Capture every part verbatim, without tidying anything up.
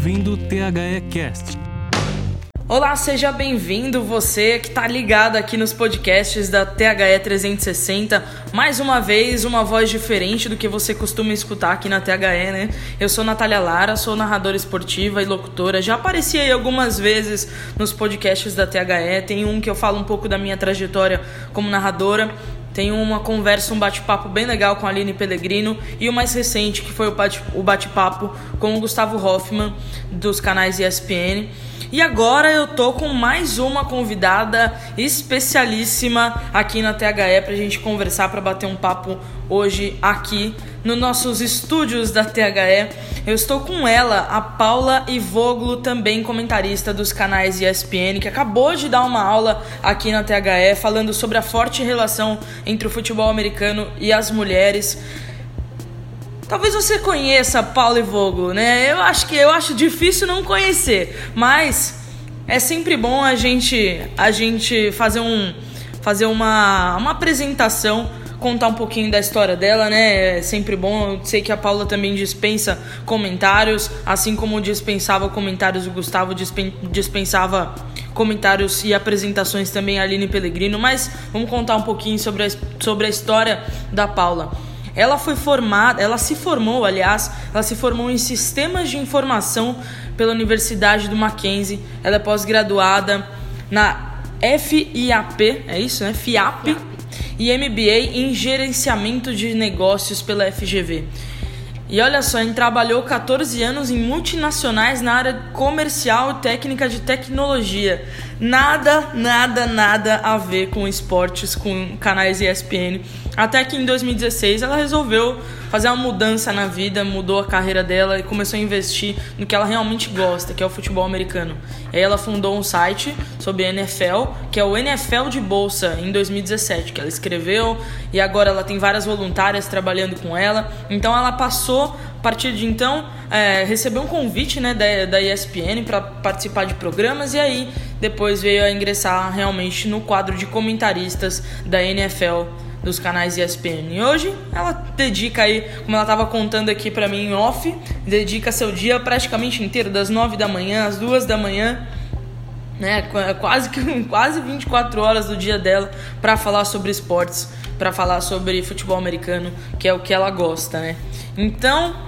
ouvindo o T H E Cast. Olá, seja bem-vindo, você que está ligado aqui nos podcasts da T H E trezentos e sessenta. Mais uma vez, uma voz diferente do que você costuma escutar aqui na T H E, né? Eu sou Natália Lara, sou narradora esportiva e locutora. Já apareci aí algumas vezes nos podcasts da T H E. Tem um que eu falo um pouco da minha trajetória como narradora. Tem uma conversa, um bate-papo bem legal com a Aline Pellegrino. E o mais recente, que foi o bate- o bate-papo com o Gustavo Hoffman, dos canais E S P N. E agora eu tô com mais uma convidada especialíssima aqui na T H E pra gente conversar, pra bater um papo hoje aqui nos nossos estúdios da T H E. Eu estou com ela, a Paula Ivoglu, também comentarista dos canais E S P N, que acabou de dar uma aula aqui na T H E falando sobre a forte relação entre o futebol americano e as mulheres. Talvez você conheça a Paula Ivoglu, né? Eu acho que eu acho difícil não conhecer, mas é sempre bom a gente a gente fazer um fazer uma uma apresentação, contar um pouquinho da história dela, né? É sempre bom. Eu sei que a Paula também dispensa comentários, assim como dispensava comentários o Gustavo, dispen, dispensava comentários e apresentações também a Aline Pellegrino, mas vamos contar um pouquinho sobre a, sobre a história da Paula. Ela foi formada, ela se formou, aliás, ela se formou em Sistemas de Informação pela Universidade do Mackenzie. Ela é pós-graduada na F I A P, é isso, né? F I A P, e M B A em Gerenciamento de Negócios pela F G V. E olha só, ele trabalhou catorze anos em multinacionais na área comercial e técnica de tecnologia. Nada, nada, nada a ver com esportes, com canais E S P N. Até que em dois mil e dezesseis ela resolveu fazer uma mudança na vida, mudou a carreira dela e começou a investir no que ela realmente gosta, que é o futebol americano. E aí ela fundou um site sobre N F L, que é o N F L de Bolsa, em dois mil e dezessete, que ela escreveu, e agora ela tem várias voluntárias trabalhando com ela. Então ela passou, a partir de então, é, recebeu um convite, né, da, da E S P N para participar de programas, e aí depois veio a ingressar realmente no quadro de comentaristas da N F L dos canais E S P N. E hoje ela dedica aí, como ela estava contando aqui para mim em off, dedica seu dia praticamente inteiro, das nove da manhã às duas da manhã, né, quase, quase vinte e quatro horas do dia dela para falar sobre esportes, para falar sobre futebol americano, que é o que ela gosta, né? Então,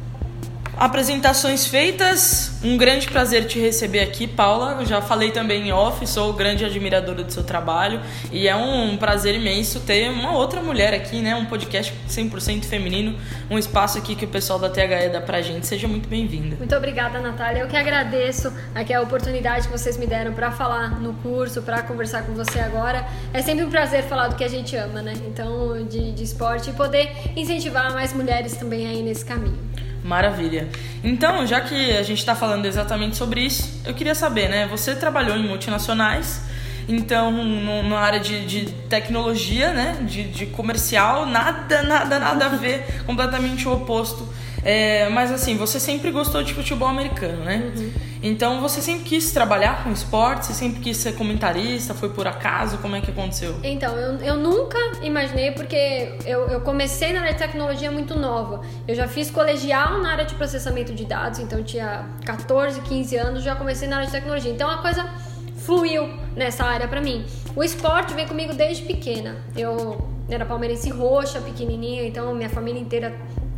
apresentações feitas, um grande prazer te receber aqui, Paula. Eu já falei também em off, sou grande admiradora do seu trabalho e é um prazer imenso ter uma outra mulher aqui, né? Um podcast cem por cento feminino, um espaço aqui que o pessoal da T H E dá pra gente. Seja muito bem-vinda. Muito obrigada, Natália. Eu que agradeço aqui a oportunidade que vocês me deram para falar no curso, para conversar com você agora. É sempre um prazer falar do que a gente ama, né? Então, de, de esporte e poder incentivar mais mulheres também aí nesse caminho. Maravilha. Então, já que a gente está falando exatamente sobre isso, eu queria saber, né? Você trabalhou em multinacionais, então no, na área de, de tecnologia, né? De, de comercial, nada, nada, nada a ver, completamente o oposto. É, mas assim, você sempre gostou de futebol americano, né? Uhum. Então você sempre quis trabalhar com esporte, você sempre quis ser comentarista, foi por acaso? Como é que aconteceu? Então, eu, eu nunca imaginei, porque eu, eu comecei na área de tecnologia muito nova. Eu já fiz colegial na área de processamento de dados, então eu tinha catorze, quinze anos, já comecei na área de tecnologia. Então a coisa fluiu nessa área pra mim. O esporte vem comigo desde pequena. Eu era palmeirense roxa, pequenininha, então minha família inteira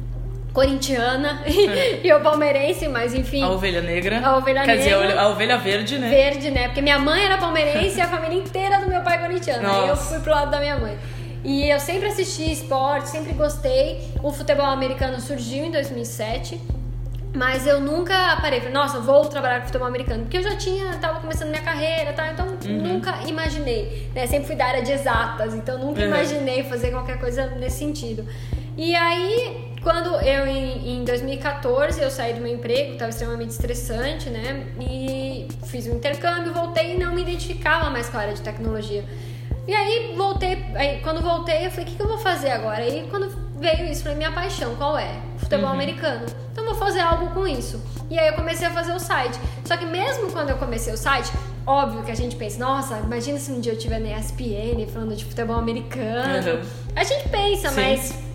corintiana é. e eu palmeirense, mas enfim. A ovelha negra. A ovelha Quer negra. dizer, a ovelha verde, né? Verde, né? Porque minha mãe era palmeirense e a família inteira do meu pai corintiano. Aí eu fui pro lado da minha mãe. E eu sempre assisti esporte, sempre gostei. O futebol americano surgiu em dois mil e sete, mas eu nunca parei, falei, nossa, vou trabalhar com futebol americano, porque eu já tinha, tava começando minha carreira, tá? Então uhum. nunca imaginei, né? Sempre fui da área de exatas, então nunca uhum. imaginei fazer qualquer coisa nesse sentido. E aí, quando eu, em, em dois mil e catorze, eu saí do meu emprego, estava extremamente estressante, né? E fiz um intercâmbio, voltei e não me identificava mais com a área de tecnologia. E aí, voltei, aí, quando voltei, eu falei, o que, que eu vou fazer agora? Aí, quando veio isso, falei, minha paixão, qual é? Futebol uhum. americano. Então, eu vou fazer algo com isso. E aí, eu comecei a fazer o site. Só que mesmo quando eu comecei o site, óbvio que a gente pensa, nossa, imagina se um dia eu estiver na E S P N falando de futebol americano. Uhum. A gente pensa, Sim. mas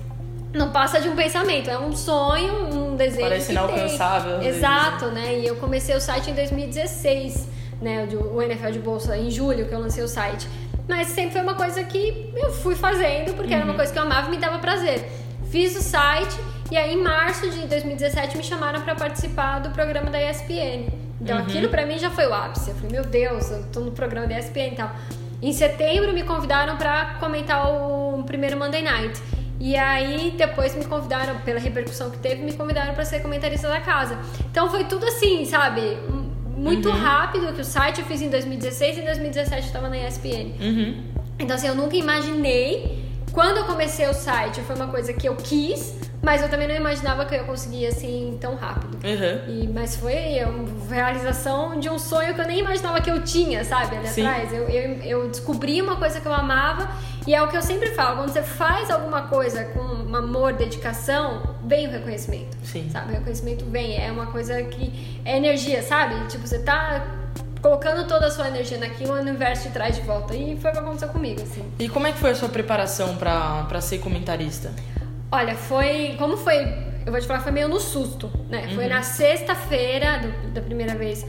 não passa de um pensamento, é um sonho, um desejo. Parece que inalcançável. Tem. Exato, né? E eu comecei o site em dois mil e dezesseis, né? O N F L de Bolsa, em julho que eu lancei o site. Mas sempre foi uma coisa que eu fui fazendo, porque uhum. era uma coisa que eu amava e me dava prazer. Fiz o site e aí em março de dois mil e dezessete me chamaram para participar do programa da E S P N. Então uhum. aquilo pra mim já foi o ápice. Eu falei, meu Deus, eu tô no programa da E S P N e tal. Em setembro me convidaram para comentar o primeiro Monday Night. E aí depois me convidaram, pela repercussão que teve, me convidaram para ser comentarista da casa. Então foi tudo assim, sabe? Muito uhum. rápido, que o site eu fiz em dois mil e dezesseis e em dois mil e dezessete eu tava na E S P N. Uhum. Então assim, eu nunca imaginei. Quando eu comecei o site foi uma coisa que eu quis, mas eu também não imaginava que eu ia conseguir assim tão rápido. Uhum. E, mas foi a realização de um sonho que eu nem imaginava que eu tinha, sabe? Ali Sim. atrás. Eu, eu, eu descobri uma coisa que eu amava e é o que eu sempre falo. Quando você faz alguma coisa com amor, dedicação, vem o reconhecimento. Sim. Sabe? O reconhecimento vem. É uma coisa que é energia, sabe? Tipo, você tá colocando toda a sua energia naquilo, o universo te traz de volta. E foi o que aconteceu comigo, assim. E como é que foi a sua preparação pra, pra ser comentarista? Olha, foi... Como foi... Eu vou te falar, foi meio no susto, né? Uhum. Foi na sexta-feira do, da primeira vez.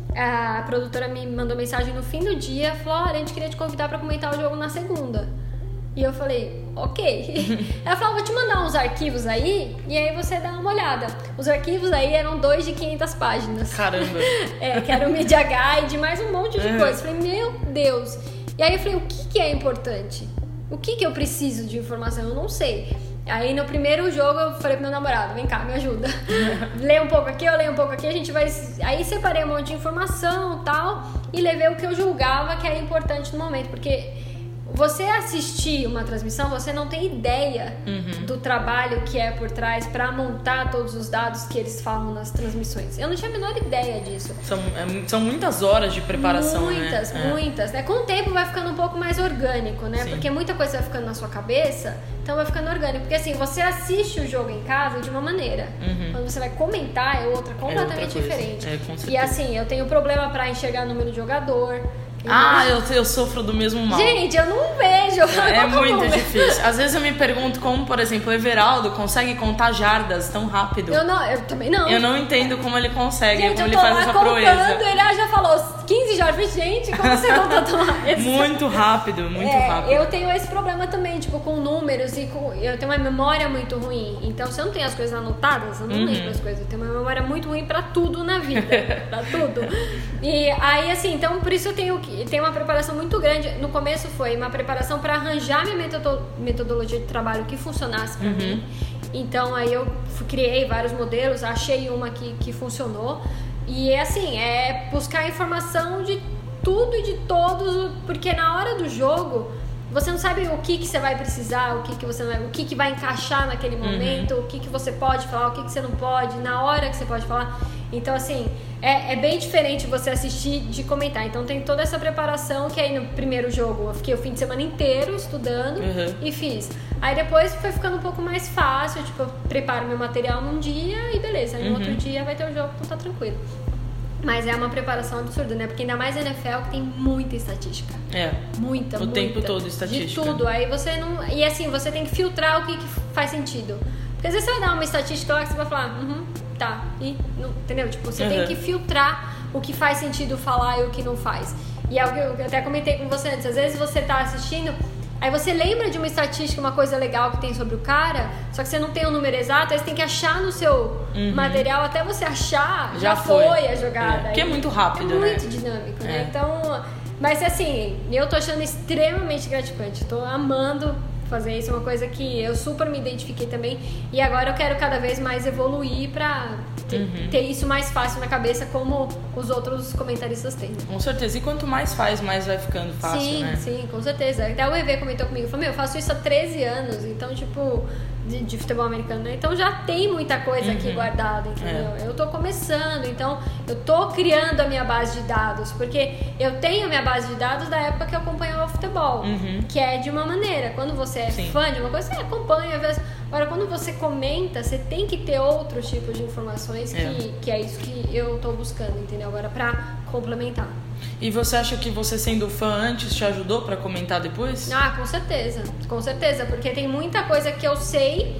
A produtora me mandou mensagem no fim do dia. Falou, olha, a gente queria te convidar pra comentar o jogo na segunda. E eu falei, ok. Ela falou, vou te mandar uns arquivos aí e aí você dá uma olhada. Os arquivos aí eram dois de quinhentas páginas. Caramba! É, que era o Media Guide, mais um monte de uhum. coisa. Eu falei, meu Deus! E aí eu falei, o que, que é importante? O que, que eu preciso de informação? Eu não sei. Aí no primeiro jogo eu falei pro meu namorado, vem cá, me ajuda. Lê um pouco aqui, eu leio um pouco aqui, a gente vai... Aí separei um monte de informação e tal, e levei o que eu julgava que era importante no momento, porque... Você assistir uma transmissão, você não tem ideia uhum. do trabalho que é por trás para montar todos os dados que eles falam nas transmissões. Eu não tinha a menor ideia disso. São, é, são muitas horas de preparação, muitas, né? Muitas, né? Com o tempo vai ficando um pouco mais orgânico, né? Sim. Porque muita coisa vai ficando na sua cabeça, então vai ficando orgânico. Porque assim, você assiste o jogo em casa de uma maneira. Uhum. Quando você vai comentar é outra, completamente é outra diferente. É, com certeza. E assim, eu tenho problema para enxergar o número de jogador. Ah, eu, eu sofro do mesmo mal. Gente, eu não vejo. É, é muito difícil. Às vezes eu me pergunto como, por exemplo, o Everaldo consegue contar jardas tão rápido. Eu não, eu também não. Eu não entendo como ele consegue, gente, como eu ele tô faz lá essa contando, proeza. Ele já falou quinze jardas. Gente, como você conta tão rápido? Muito rápido, muito é, rápido. Eu tenho esse problema também, tipo, com números e com... Eu tenho uma memória muito ruim. Então, se eu não tenho as coisas anotadas, eu não uhum. lembro as coisas. Eu tenho uma memória muito ruim pra tudo na vida. Pra tudo. E aí, assim, então, por isso eu tenho, tenho uma preparação muito grande. No começo foi uma preparação para arranjar minha metodo, metodologia de trabalho que funcionasse para uhum. mim. Então aí eu criei vários modelos, achei uma que, que funcionou. E é assim, é buscar informação de tudo e de todos, porque na hora do jogo você não sabe o que, que você vai precisar, o que, que você não vai, o que, que vai encaixar naquele momento, uhum. o que, que você pode falar, o que, que você não pode, na hora que você pode falar. Então, assim, é, é bem diferente você assistir de comentar. Então, tem toda essa preparação que aí no primeiro jogo eu fiquei o fim de semana inteiro estudando uhum. e fiz. Aí depois foi ficando um pouco mais fácil, tipo, eu preparo meu material num dia e beleza. Aí no uhum. outro dia vai ter o jogo, então tá tranquilo. Mas é uma preparação absurda, né? Porque ainda mais N F L que tem muita estatística. É. Muita, o muita. O tempo todo estatística. De tudo. Aí você não... E assim, você tem que filtrar o que, que faz sentido. Porque às vezes você vai dar uma estatística lá que você vai falar, uhum, tá, e... Não, entendeu? Tipo, você uhum. tem que filtrar o que faz sentido falar e o que não faz. E é o que eu até comentei com você antes. Às vezes você tá assistindo... Aí você lembra de uma estatística, uma coisa legal que tem sobre o cara, só que você não tem o número exato, aí você tem que achar no seu uhum. material, até você achar, já, já foi. foi a jogada. É, porque é muito rápido, é né? muito dinâmico, é. né? Então, mas assim, eu tô achando extremamente gratificante, tô amando fazer isso, é uma coisa que eu super me identifiquei também, e agora eu quero cada vez mais evoluir pra ter, uhum. ter isso mais fácil na cabeça, como os outros comentaristas têm. Com certeza, e quanto mais faz, mais vai ficando fácil, sim, né? Sim, sim, com certeza. Até o E V comentou comigo, falou, meu, eu faço isso há treze anos, então, tipo, de, de futebol americano, né? Então já tem muita coisa uhum. aqui guardada, entendeu? É. Eu tô começando, então eu tô criando a minha base de dados, porque eu tenho a minha base de dados da época que eu acompanhava o futebol, uhum. que é de uma maneira, quando você é sim. fã de uma coisa, você acompanha, às vezes. Agora, quando você comenta, você tem que ter outros tipos de informações que é, que é isso que eu tô buscando, entendeu? Agora, pra complementar. E você acha que você sendo fã antes te ajudou pra comentar depois? Ah, com certeza, com certeza, porque tem muita coisa que eu sei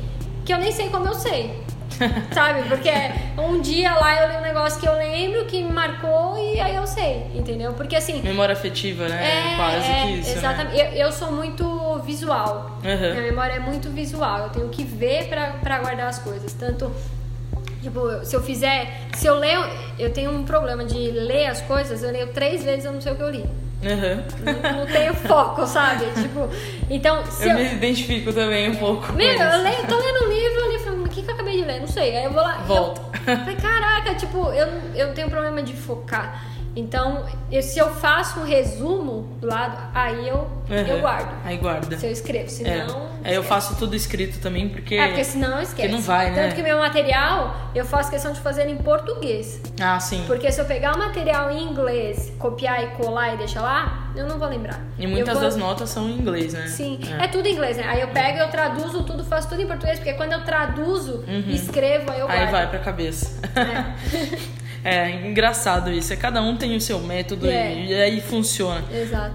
que eu nem sei como eu sei. Sabe? Porque um dia lá eu li um negócio que eu lembro, que me marcou e aí eu sei, entendeu? Porque assim... Memória afetiva, né? É, quase é, que isso, exatamente. né? Eu, eu sou muito visual. Uhum. Minha memória é muito visual. Eu tenho que ver pra, pra guardar as coisas. Tanto... Tipo, se eu fizer... Se eu leio... Eu tenho um problema de ler as coisas. Eu leio três vezes, eu não sei o que eu li. Uhum. Não, não tenho foco, sabe? Tipo, então... Se eu, eu me identifico também um pouco. Meu, eu leio, tô lendo um livro, eu li, falo, o que, que eu acabei de ler? Não sei. Aí eu vou lá... Volta. Eu, falei, caraca, tipo, eu, eu tenho problema de focar. Então, eu, se eu faço um resumo do lado, aí eu, uhum. eu guardo. Aí guarda. Se eu escrevo, senão... É, é eu faço tudo escrito também, porque... É, porque senão eu esqueço. Porque não vai, né? Tanto que meu material, eu faço questão de fazer em português. Ah, sim. Porque se eu pegar o material em inglês, copiar e colar e deixar lá, eu não vou lembrar. E muitas vou... das notas são em inglês, né? Sim, é. é tudo em inglês, né? Aí eu pego, eu traduzo tudo, faço tudo em português, porque quando eu traduzo, uhum. escrevo, aí eu guardo. Aí vai pra cabeça. É. É engraçado isso, é cada um tem o seu método é. e, e aí funciona. Exato.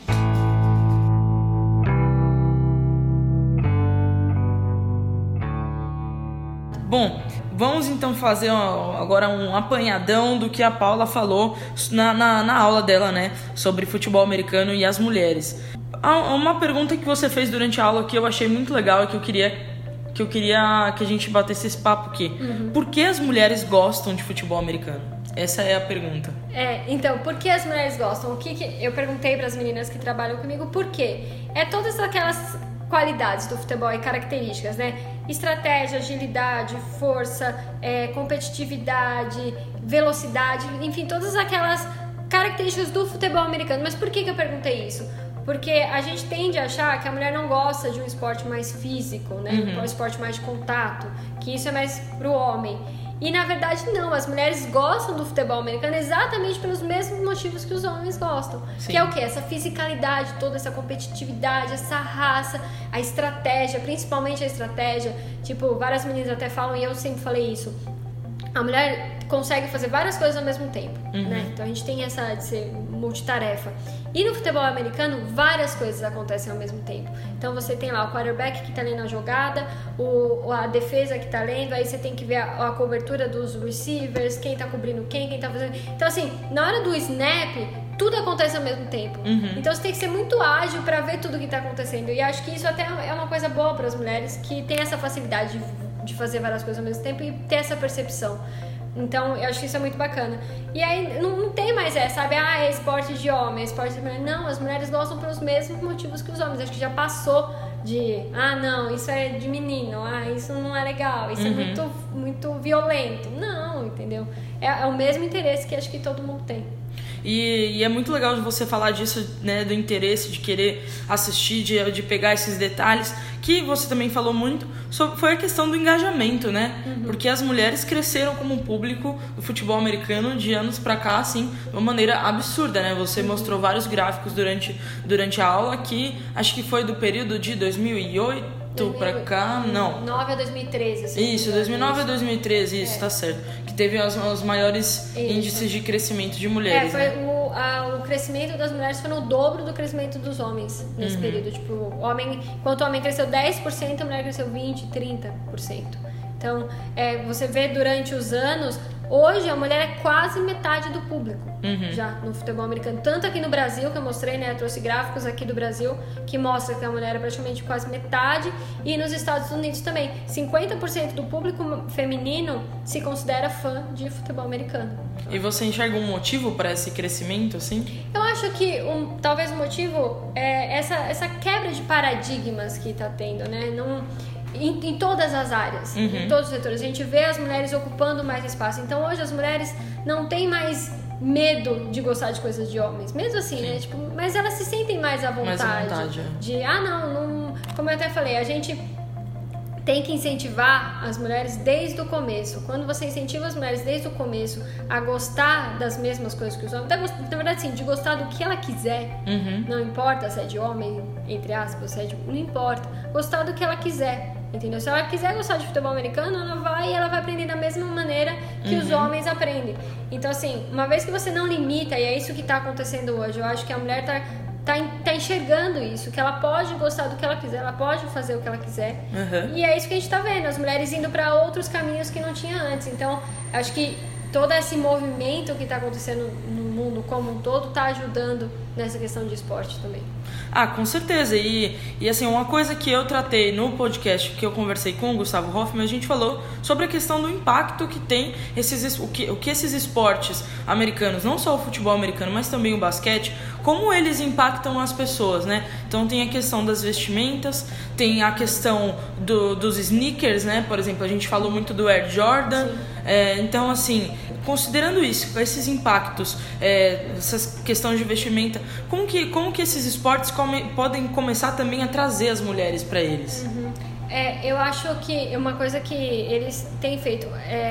Bom, vamos então fazer agora um apanhadão do que a Paula falou na, na, na aula dela, né? Sobre futebol americano e as mulheres. Uma pergunta que você fez durante a aula que eu achei muito legal e que eu queria que, eu queria que a gente batesse esse papo aqui. Uhum. Por que as mulheres gostam de futebol americano? Essa é a pergunta. É, então, por que as mulheres gostam? O que, que eu perguntei para as meninas que trabalham comigo, por quê? É todas aquelas qualidades do futebol e características, né? Estratégia, agilidade, força, é, competitividade, velocidade, enfim, todas aquelas características do futebol americano. Mas por que, que eu perguntei isso? Porque a gente tende a achar que a mulher não gosta de um esporte mais físico, né? Uhum. Um esporte mais de contato, que isso é mais pro homem. E na verdade não, as mulheres gostam do futebol americano exatamente pelos mesmos motivos que os homens gostam. Sim. Que é o quê? Essa fisicalidade, toda essa competitividade, essa raça, a estratégia, principalmente a estratégia. Tipo, várias meninas até falam, e eu sempre falei isso, a mulher consegue fazer várias coisas ao mesmo tempo, uhum. né? Então a gente tem essa de ser multitarefa. E no futebol americano, várias coisas acontecem ao mesmo tempo. Então você tem lá o quarterback que tá lendo a jogada, o, a defesa que tá lendo, aí você tem que ver a, a cobertura dos receivers, quem tá cobrindo quem, quem tá fazendo... Então assim, na hora do snap, tudo acontece ao mesmo tempo. Uhum. Então você tem que ser muito ágil para ver tudo que tá acontecendo. E acho que isso até é uma coisa boa para as mulheres, que tem essa facilidade de, de fazer várias coisas ao mesmo tempo e ter essa percepção. Então, eu acho que isso é muito bacana. E aí, não, não tem mais essa, sabe? Ah, é esporte de homem, é esporte de mulher. Não, as mulheres gostam pelos mesmos motivos que os homens. Acho que já passou de, ah, não, isso é de menino, ah, isso não é legal, isso uhum. é muito, muito violento. Não, entendeu? É, é o mesmo interesse que acho que todo mundo tem. E, e é muito legal de você falar disso, né, do interesse de querer assistir, de, de pegar esses detalhes, que você também falou muito, sobre, foi a questão do engajamento, né? Uhum. Porque as mulheres cresceram como público do futebol americano de anos pra cá, assim, de uma maneira absurda, né? Você uhum. mostrou vários gráficos durante, durante a aula, que acho que foi do período de dois mil e oito pra cá, não. dois mil e nove a dois mil e treze. Assim, isso, dois mil e nove a dois mil e treze, isso, é. Tá certo. Que teve os, os maiores isso. índices de crescimento de mulheres. É, foi né? o, a, o crescimento das mulheres foi no dobro do crescimento dos homens nesse uhum. período. Tipo, o homem, enquanto o homem cresceu dez por cento, a mulher cresceu vinte por cento, trinta por cento. Então, é, você vê durante os anos, hoje a mulher é quase metade do público uhum. já no futebol americano. Tanto aqui no Brasil, que eu mostrei, né? Eu trouxe gráficos aqui do Brasil que mostra que a mulher é praticamente quase metade. E nos Estados Unidos também. cinquenta por cento do público feminino se considera fã de futebol americano. E você enxerga um motivo para esse crescimento, assim? Eu acho que um, talvez o motivo é essa, essa quebra de paradigmas que tá tendo, né? Não... Em, em todas as áreas, uhum. em todos os setores. A gente vê as mulheres ocupando mais espaço. Então hoje as mulheres não têm mais medo de gostar de coisas de homens. Mesmo assim, Sim. né? Tipo, mas elas se sentem mais à vontade. Mais à vontade, é. De, ah não, não... Como eu até falei, a gente tem que incentivar as mulheres desde o começo. Quando você incentiva as mulheres desde o começo a gostar das mesmas coisas que os homens, na verdade sim, de gostar do que ela quiser, uhum. não importa se é de homem, entre aspas, se é de... não importa, gostar do que ela quiser. Entendeu? Se ela quiser gostar de futebol americano, ela vai e ela vai aprender da mesma maneira que uhum. os homens aprendem. Então, assim, uma vez que você não limita, e é isso que está acontecendo hoje, eu acho que a mulher está tá, tá enxergando isso, que ela pode gostar do que ela quiser, ela pode fazer o que ela quiser. Uhum. E é isso que a gente tá vendo, as mulheres indo para outros caminhos que não tinha antes. Então, acho que todo esse movimento que está acontecendo no mundo como um todo está ajudando nessa questão de esporte também. Ah, com certeza. E, e assim, uma coisa que eu tratei no podcast que eu conversei com o Gustavo Hoffman, a gente falou sobre a questão do impacto que tem esses, o, que, o que esses esportes americanos, não só o futebol americano, mas também o basquete, como eles impactam as pessoas, né? Então tem a questão das vestimentas, tem a questão do, dos sneakers, né? Por exemplo, a gente falou muito do Air Jordan. É, então, assim, considerando isso, esses impactos, é, essas questões de vestimenta, como que, como que esses esportes come, podem começar também a trazer as mulheres para eles? Uhum. É, eu acho que uma coisa que eles têm feito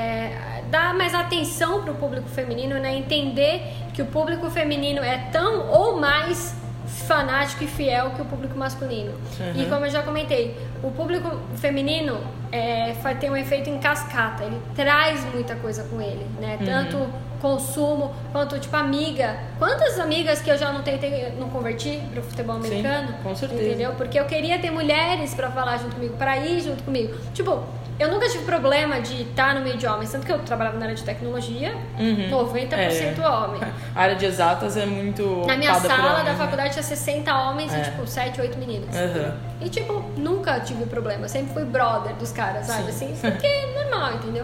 é dar mais atenção para o público feminino, né? Entender que o público feminino é tão ou mais fanático e fiel que o público masculino. Uhum. E como eu já comentei, o público feminino é, tem um efeito em cascata, ele traz muita coisa com ele, né? Uhum. Tanto consumo quanto tipo amiga. Quantas amigas que eu já não tentei, não converti pro futebol americano? Sim, com certeza. Entendeu? Porque eu queria ter mulheres pra falar junto comigo, pra ir junto comigo. Tipo, eu nunca tive problema de estar no meio de homens, tanto que eu trabalhava na área de tecnologia, uhum. noventa por cento é. homem. A área de exatas é muito... Na minha sala homens, da faculdade né? tinha sessenta homens é. e tipo sete, oito meninas. Uhum. E tipo, nunca tive problema, eu sempre fui brother dos caras, sabe? Sim. Assim, porque é normal, entendeu?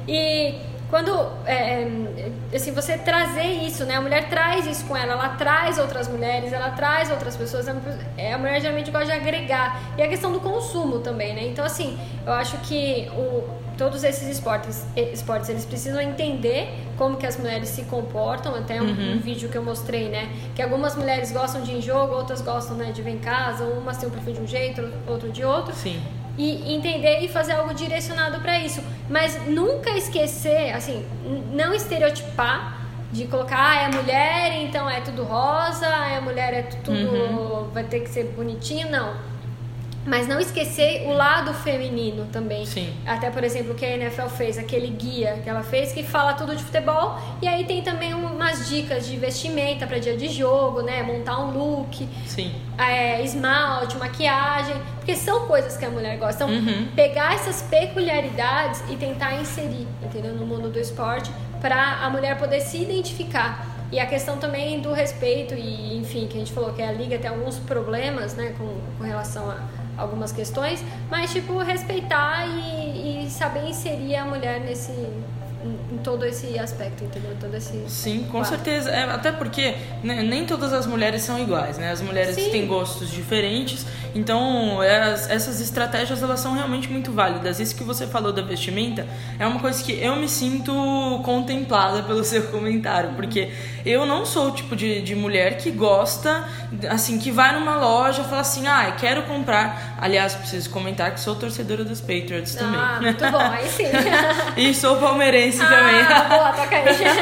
E quando, é, assim, você trazer isso, né? A mulher traz isso com ela, ela traz outras mulheres, ela traz outras pessoas. A mulher geralmente gosta de agregar. E a questão do consumo também, né? Então, assim, eu acho que o, todos esses esportes, esportes, eles precisam entender como que as mulheres se comportam. Até um, uhum. um vídeo que eu mostrei, né? Que algumas mulheres gostam de ir em jogo, outras gostam, né, de ver em casa. Umas têm um perfil de um jeito, outro de outro. Sim. E entender e fazer algo direcionado para isso, mas nunca esquecer, assim, não estereotipar de colocar, ah, é mulher, então é tudo rosa, é mulher, é tudo, uhum. vai ter que ser bonitinho, não. Mas não esquecer o lado feminino também. Sim. Até, por exemplo, o que a N F L fez, aquele guia que ela fez, que fala tudo de futebol. E aí tem também umas dicas de vestimenta para dia de jogo, né? Montar um look. Sim. É, esmalte, maquiagem. Porque são coisas que a mulher gosta. Então, uhum. pegar essas peculiaridades e tentar inserir, entendeu? No mundo do esporte, para a mulher poder se identificar. E a questão também do respeito e, enfim, que a gente falou que a liga tem alguns problemas, né, com, com relação a algumas questões, mas, tipo, respeitar e, e saber inserir a mulher nesse, em, em todo esse aspecto, entendeu? Todo esse Sim, com quadro. certeza. É, até porque né, nem todas as mulheres são iguais, né? As mulheres Sim. têm gostos diferentes, então as, essas estratégias, elas são realmente muito válidas. Isso que você falou da vestimenta é uma coisa que eu me sinto contemplada pelo seu comentário, porque eu não sou o tipo de, de mulher que gosta, assim, que vai numa loja e fala assim, ah, eu quero comprar. Aliás, preciso comentar que sou torcedora dos Patriots também. Ah, muito bom, aí sim. E sou palmeirense ah, também. Boa, toca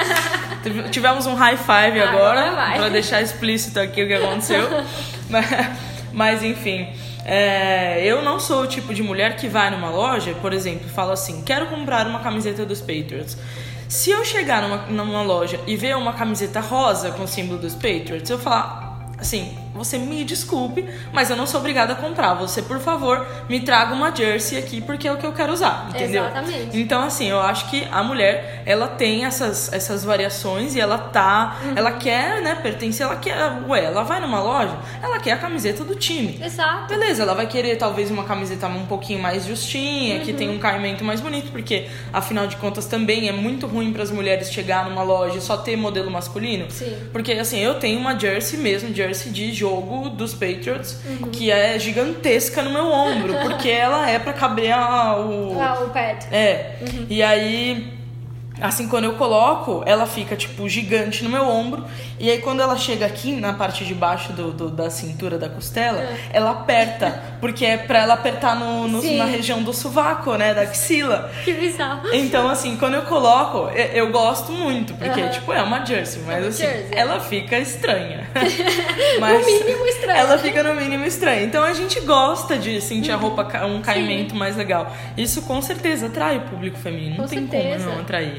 aí. Tivemos um high five ah, agora, agora pra deixar explícito aqui o que aconteceu. mas, mas, enfim, é, eu não sou o tipo de mulher que vai numa loja, por exemplo, e fala assim, quero comprar uma camiseta dos Patriots. Se eu chegar numa, numa loja e ver uma camiseta rosa com o símbolo dos Patriots, eu falar assim, você me desculpe, mas eu não sou obrigada a comprar. Você, por favor, me traga uma jersey aqui, porque é o que eu quero usar, entendeu? Exatamente. Então, assim, eu acho que a mulher, ela tem essas, essas variações e ela tá... Uhum. Ela quer, né, pertencer, ela quer... Ué, ela vai numa loja, ela quer a camiseta do time. Exato. Beleza, ela vai querer, talvez, uma camiseta um pouquinho mais justinha, uhum. que tem um caimento mais bonito, porque, afinal de contas, também é muito ruim para as mulheres chegar numa loja e só ter modelo masculino. Sim. Porque, assim, eu tenho uma jersey mesmo, jersey de jogo dos Patriots, uhum. que é gigantesca no meu ombro, porque ela é pra caber a, o... Ah, o pad. É. Uhum. E aí, assim, quando eu coloco, ela fica, tipo, gigante no meu ombro. E aí, quando ela chega aqui, na parte de baixo do, do, da cintura, da costela, é. ela aperta. Porque é pra ela apertar no, no, na região do sovaco, né? Da axila. Que bizarro. Então, assim, quando eu coloco, eu, eu gosto muito. Porque, uhum. tipo, é uma jersey. Mas, assim, jersey. ela fica estranha. Mas no mínimo estranha. Ela fica no mínimo estranha. Então, a gente gosta de sentir uhum. a roupa, um caimento Sim. mais legal. Isso, com certeza, atrai o público feminino. Não com tem certeza. como não atrair, né?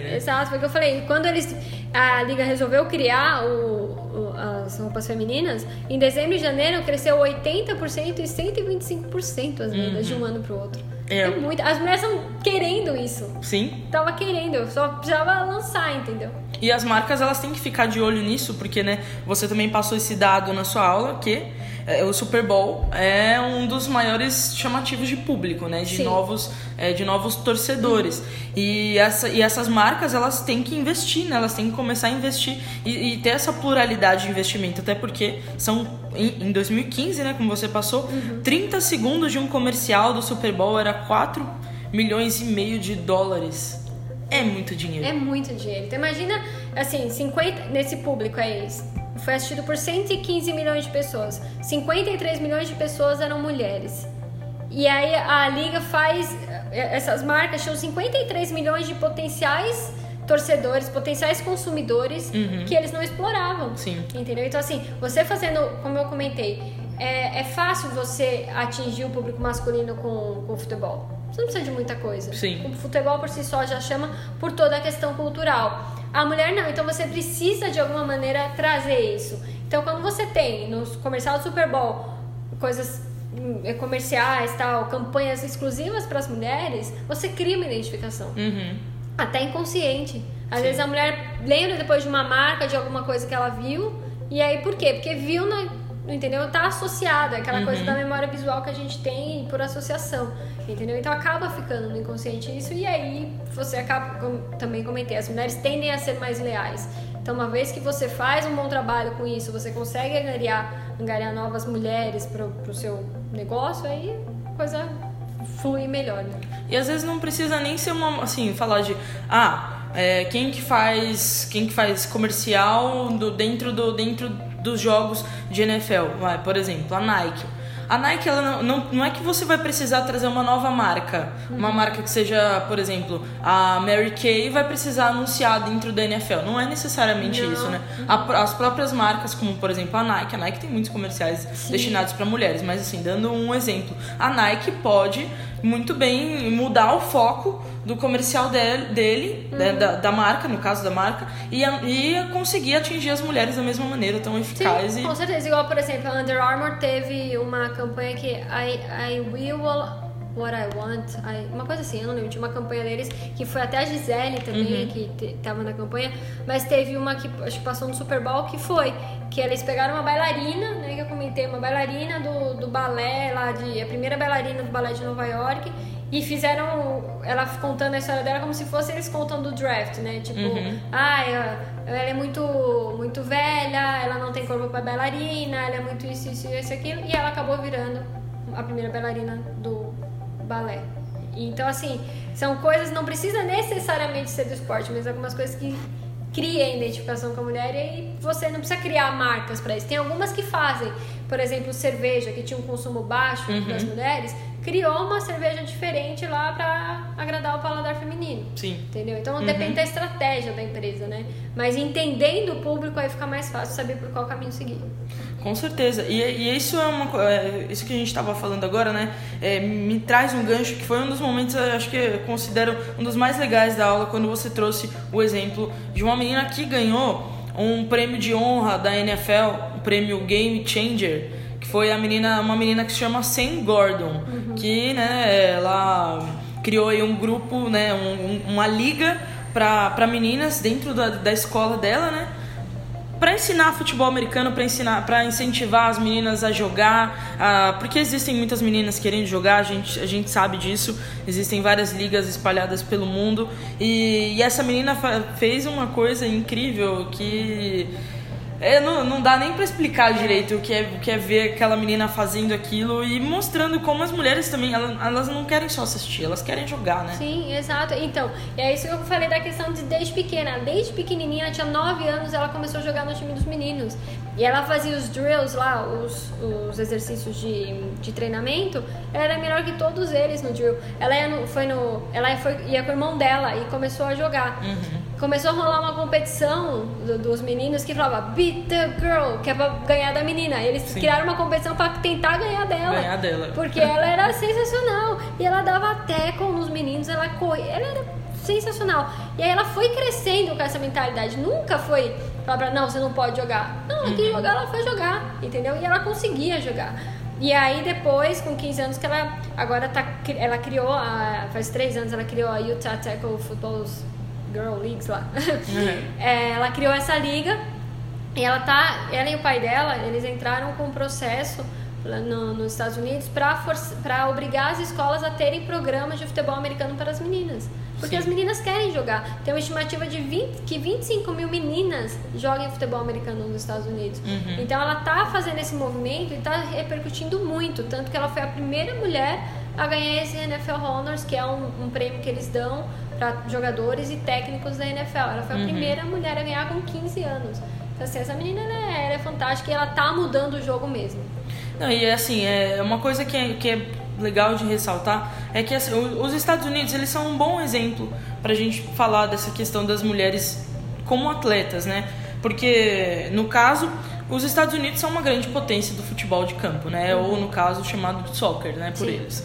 né? Exato, porque eu falei, quando eles a Liga resolveu criar o, o, as roupas femininas, em dezembro e janeiro cresceu oitenta por cento e cento e vinte e cinco por cento as vendas uhum. de um ano pro outro. É. É muito. As mulheres estão querendo isso. Sim. Tava querendo, eu só precisava lançar, entendeu? E as marcas, elas têm que ficar de olho nisso, porque, né, você também passou esse dado na sua aula, que é, o Super Bowl é um dos maiores chamativos de público, né, de, novos, é, de novos torcedores. Uhum. E, essa, e essas marcas, elas têm que investir, né, elas têm que começar a investir e, e ter essa pluralidade de investimento, até porque são, em, em dois mil e quinze, né, como você passou, uhum. trinta segundos de um comercial do Super Bowl era quatro milhões e meio de dólares. É muito dinheiro. É muito dinheiro. Então imagina, assim, cinquenta nesse público aí, foi assistido por cento e quinze milhões de pessoas. cinquenta e três milhões de pessoas eram mulheres. E aí a Liga faz, essas marcas tinham cinquenta e três milhões de potenciais torcedores, potenciais consumidores uhum. que eles não exploravam. Sim. Entendeu? Então assim, você fazendo, como eu comentei, é, é fácil você atingir o público masculino com, com futebol. Você não precisa de muita coisa. Sim. O futebol por si só já chama por toda a questão cultural. A mulher não, então você precisa de alguma maneira trazer isso. Então quando você tem no comercial do Super Bowl coisas comerciais, tal, campanhas exclusivas para as mulheres, você cria uma identificação. Uhum. Até inconsciente. Às Sim. vezes a mulher lembra depois de uma marca, de alguma coisa que ela viu, e aí por quê? Porque viu na... Entendeu? Tá associado, é aquela uhum. coisa da memória visual que a gente tem por associação, entendeu? Então acaba ficando no inconsciente isso, e aí você acaba, como também comentei, as mulheres tendem a ser mais leais. Então uma vez que você faz um bom trabalho com isso, você consegue angariar, angariar novas mulheres pro, pro seu negócio, aí a coisa flui melhor, né? E às vezes não precisa nem ser uma, assim, falar de, ah, é, quem que faz, quem que faz comercial do, dentro do, dentro dos jogos de N F L, vai, por exemplo, a Nike. A Nike, ela não, não, não é que você vai precisar trazer uma nova marca, uhum. uma marca que seja, por exemplo, a Mary Kay vai precisar anunciar dentro da N F L. Não é necessariamente não. isso, né? Uhum. A, as próprias marcas, como por exemplo a Nike, a Nike tem muitos comerciais Sim. destinados para mulheres, mas assim, dando um exemplo, a Nike pode muito bem mudar o foco do comercial dele, dele uhum. né, da, da marca, no caso da marca, e, a, e conseguir atingir as mulheres da mesma maneira, tão eficaz. Sim, e... com certeza. Igual, por exemplo, a Under Armour teve uma campanha que I, I will what I want, I, uma coisa assim, eu não lembro, tinha uma campanha deles que foi até a Gisele também, uhum. que te, tava na campanha, mas teve uma que acho que passou no Super Bowl, que foi que eles pegaram uma bailarina, né, que eu comentei, uma bailarina do, do balé lá, de, a primeira bailarina do balé de Nova York, e fizeram ela contando a história dela como se fosse eles contando do draft, né? Tipo, uhum. ah, ela, ela é muito, muito velha, ela não tem corpo pra bailarina, ela é muito isso, isso, isso, aquilo, e ela acabou virando a primeira bailarina do balé. Então, assim, são coisas, não precisa necessariamente ser do esporte, mas algumas coisas que criam identificação com a mulher, e aí você não precisa criar marcas pra isso. Tem algumas que fazem, por exemplo, cerveja, que tinha um consumo baixo uhum. das mulheres, criou uma cerveja diferente lá pra agradar o paladar feminino. Sim. Entendeu? Então uhum. depende da estratégia da empresa, né? Mas entendendo o público, aí fica mais fácil saber por qual caminho seguir. Com certeza. E, e isso é uma é, isso que a gente estava falando agora, né? É, me traz um gancho que foi um dos momentos, acho que eu considero um dos mais legais da aula, quando você trouxe o exemplo de uma menina que ganhou um prêmio de honra da N F L, o prêmio Game Changer, que foi a menina, uma menina que se chama Sam Gordon, uhum. que, né, ela criou aí um grupo, né, um, uma liga para meninas dentro da, da escola dela, né, para ensinar futebol americano, para ensinar, para incentivar as meninas a jogar, uh, porque existem muitas meninas querendo jogar, a gente, a gente sabe disso, existem várias ligas espalhadas pelo mundo, e, e essa menina fa- fez uma coisa incrível que é, não, não dá nem pra explicar direito o que, é, o que é ver aquela menina fazendo aquilo e mostrando como as mulheres também, elas, elas não querem só assistir, elas querem jogar, né? Sim, exato. Então, é isso que eu falei da questão de desde pequena. Desde pequenininha, ela tinha nove anos, ela começou a jogar no time dos meninos. E ela fazia os drills lá, os, os exercícios de, de treinamento. Ela era melhor que todos eles no drill. Ela ia, no, foi no, ela foi, ia com o irmão dela e começou a jogar. Uhum. Começou a rolar uma competição do, dos meninos que falava Beat the Girl, que é pra ganhar da menina. E eles Sim. criaram uma competição pra tentar ganhar dela. Ganhar dela. Porque ela era sensacional. E ela dava tackle nos meninos, ela corria. Ela era sensacional. E aí ela foi crescendo com essa mentalidade. Nunca foi falar pra não, você não pode jogar. Não, ela queria jogar, ela foi jogar, entendeu? E ela conseguia jogar. E aí depois, com quinze anos, que ela agora tá, ela criou, a, faz três anos, ela criou a Utah Tackle Football Girl Leagues lá. Uhum. É, ela criou essa liga e ela tá, ela e o pai dela, eles entraram com um processo no, nos Estados Unidos para obrigar as escolas a terem programas de futebol americano para as meninas. Porque Sim. as meninas querem jogar. Tem uma estimativa de vinte, que vinte e cinco mil meninas jogam futebol americano nos Estados Unidos. Uhum. Então ela tá fazendo esse movimento e tá repercutindo muito. Tanto que ela foi a primeira mulher a ganhar esse N F L Honors, que é um, um prêmio que eles dão para jogadores e técnicos da N F L. Ela foi a uhum. primeira mulher a ganhar com quinze anos. Então assim, essa menina ela é, ela é fantástica e ela tá mudando o jogo mesmo. Não, e assim, é uma coisa que é, que é legal de ressaltar é que assim, os Estados Unidos, eles são um bom exemplo pra gente falar dessa questão das mulheres como atletas, né? Porque, no caso, os Estados Unidos são uma grande potência do futebol de campo, né? Uhum. Ou, no caso, chamado de soccer, né? Por Sim. eles.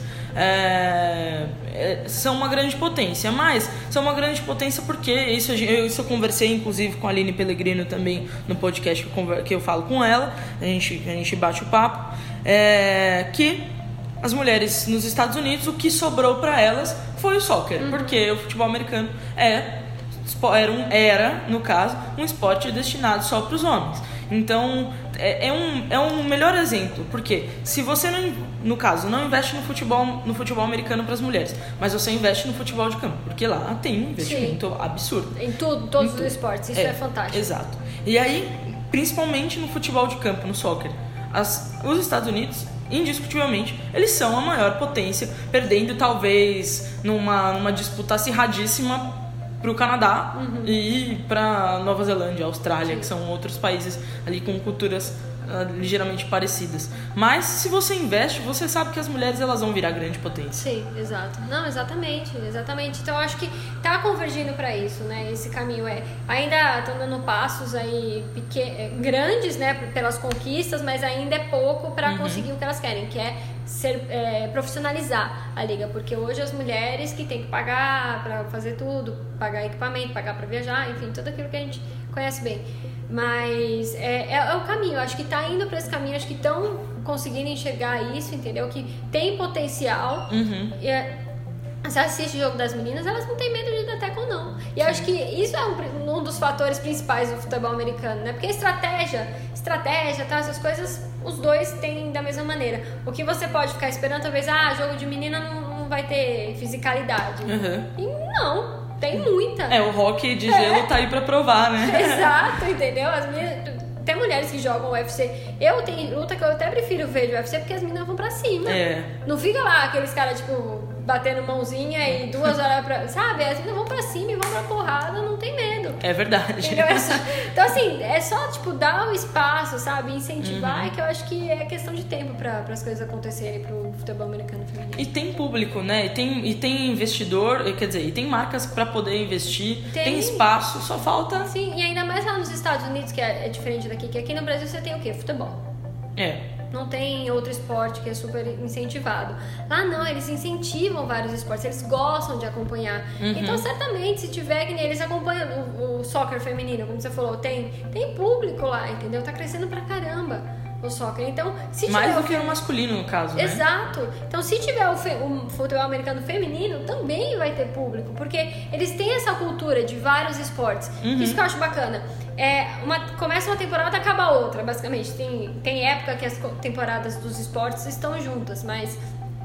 É, é, são uma grande potência, mas são uma grande potência porque isso eu, isso eu conversei inclusive com a Aline Pellegrino também no podcast que eu, que eu falo com ela, a gente, a gente bate o papo, é, que as mulheres nos Estados Unidos, o que sobrou para elas foi o soccer, uhum. porque o futebol americano é, era, um, era, no caso, um esporte destinado só para os homens. Então, é, é, um, é um melhor exemplo, porque se você, não, no caso, não investe no futebol, no futebol americano para as mulheres, mas você investe no futebol de campo, porque lá tem um investimento Sim. absurdo. Em tudo, todos em tudo. os esportes, isso é, é fantástico. Exato. E aí, principalmente no futebol de campo, no soccer, as, os Estados Unidos, indiscutivelmente, eles são a maior potência, perdendo talvez numa, numa disputa acirradíssima para o Canadá uhum. e para Nova Zelândia, Austrália, Sim. que são outros países ali com culturas uh, ligeiramente parecidas. Mas se você investe, você sabe que as mulheres elas vão virar grande potência. Sim, exato. Não, exatamente, exatamente. Então eu acho que tá convergindo para isso, né? Esse caminho é ainda estão dando passos aí pequenos, grandes, né? Pelas conquistas, mas ainda é pouco para uhum. conseguir o que elas querem, que é ser, é, profissionalizar a liga, porque hoje as mulheres que tem que pagar para fazer tudo, pagar equipamento, pagar para viajar, enfim, tudo aquilo que a gente conhece bem, mas é, é, é o caminho, eu acho que tá indo para esse caminho, acho que estão conseguindo enxergar isso, entendeu? Que tem potencial. Uhum. E é, você assiste o jogo das meninas, elas não têm medo de dar tackle, não. E eu Sim. acho que isso é um, um dos fatores principais do futebol americano, né? Porque estratégia, estratégia, tá, essas coisas, os dois têm da mesma maneira. O que você pode ficar esperando, talvez, ah, jogo de menina não, não vai ter fisicalidade. Uhum. E não, tem muita. É, o hockey de gelo é. tá aí pra provar, né? Exato, entendeu? As meninas... Tem mulheres que jogam U F C. Eu tenho luta que eu até prefiro ver de U F C porque as meninas vão pra cima. É. Não fica lá aqueles caras, tipo, batendo mãozinha e duas horas pra... Sabe? As meninas vão pra cima e vão pra porrada, não tem medo. É verdade. É só... Então, assim, é só, tipo, dar o espaço, sabe? Incentivar, uhum. que eu acho que é questão de tempo pra, as coisas acontecerem pro futebol americano feminino. E tem público, né? E tem, e tem investidor, quer dizer, e tem marcas pra poder investir, tem, tem espaço, só falta... Sim, e ainda mais lá nos Estados Unidos, que é, é diferente daqui, que aqui no Brasil você tem o quê? Futebol. É. Não tem outro esporte que é super incentivado. Lá não, eles incentivam vários esportes, eles gostam de acompanhar. Uhum. Então, certamente, se tiver que nem eles acompanham o, o soccer feminino, como você falou, tem, tem público lá, entendeu? Tá crescendo pra caramba o soccer. Então, se mais tiver do que o masculino, no caso, né? Exato. Então, se tiver o, fe... o futebol americano feminino, também vai ter público, porque eles têm essa cultura de vários esportes. Uhum. Isso que eu acho bacana. É, uma, começa uma temporada, acaba a outra, basicamente. Tem, tem época que as temporadas dos esportes estão juntas, mas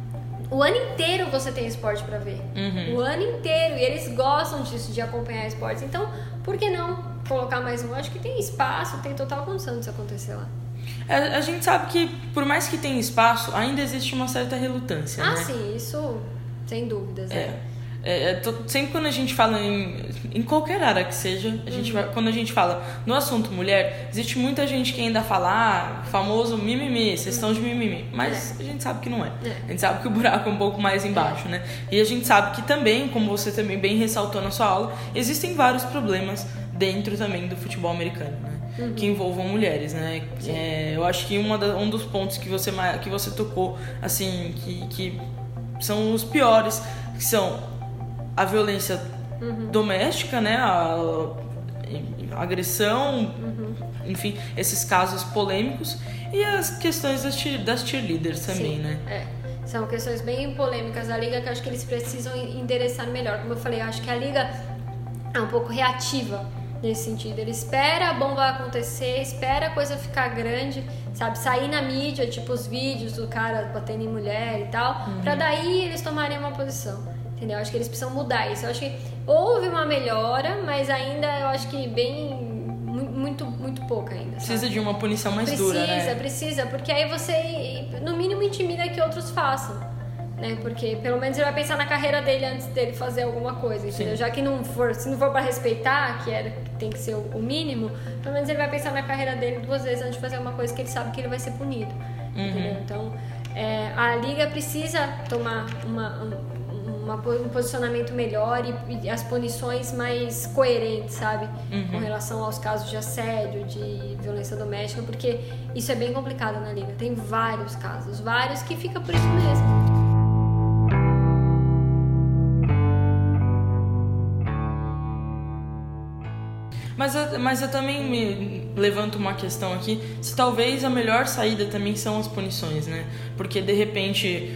o ano inteiro você tem esporte pra ver. Uhum. O ano inteiro. E eles gostam disso, de acompanhar esportes. Então, por que não colocar mais um? Acho que tem espaço, tem total condição disso acontecer lá. A, a gente sabe que, por mais que tenha espaço, ainda existe uma certa relutância, ah, né? Ah, sim, isso sem dúvidas, é. é. É, tô, sempre quando a gente fala em, em qualquer área que seja, a gente vai, quando a gente fala no assunto mulher, existe muita gente que ainda fala, ah, famoso mimimi, vocês estão de mimimi, mas é. a gente sabe que não é. é. A gente sabe que o buraco é um pouco mais embaixo, é. né? E a gente sabe que também, como você também bem ressaltou na sua aula, existem vários problemas dentro também do futebol americano, né? Uhum. Que envolvam mulheres, né? É, eu acho que uma da, um dos pontos que você, que você tocou, assim, que, que são os piores, que são a violência uhum. doméstica, né? A, a agressão, uhum. enfim, esses casos polêmicos e as questões das, das cheerleaders também, Sim, né? É. São questões bem polêmicas da Liga que eu acho que eles precisam endereçar melhor. Como eu falei, eu acho que a Liga é um pouco reativa nesse sentido. Ele espera a bomba acontecer, espera a coisa ficar grande, sabe? Sair na mídia, tipo os vídeos do cara batendo em mulher e tal, uhum. pra daí eles tomarem uma posição. Entendeu? Eu acho que eles precisam mudar isso. Eu acho que houve uma melhora, mas ainda eu acho que bem... Muito, muito pouca ainda. Precisa sabe? de uma punição mais precisa, dura, né? Precisa, precisa, porque aí você, no mínimo, intimida que outros façam, né? Porque pelo menos ele vai pensar na carreira dele antes dele fazer alguma coisa, entendeu? Sim. Já que não for, se não for pra respeitar, que, era, que tem que ser o mínimo, pelo menos ele vai pensar na carreira dele duas vezes antes de fazer uma coisa que ele sabe que ele vai ser punido, uhum. entendeu? Então, é, a Liga precisa tomar uma... Um, Uma, um posicionamento melhor e, e as punições mais coerentes, sabe? Uhum. Com relação aos casos de assédio, de violência doméstica, porque isso é bem complicado na Liga. Tem vários casos, vários que fica por isso mesmo. Mas eu, mas eu também me levanto uma questão aqui, se talvez a melhor saída também são as punições, né? Porque, de repente,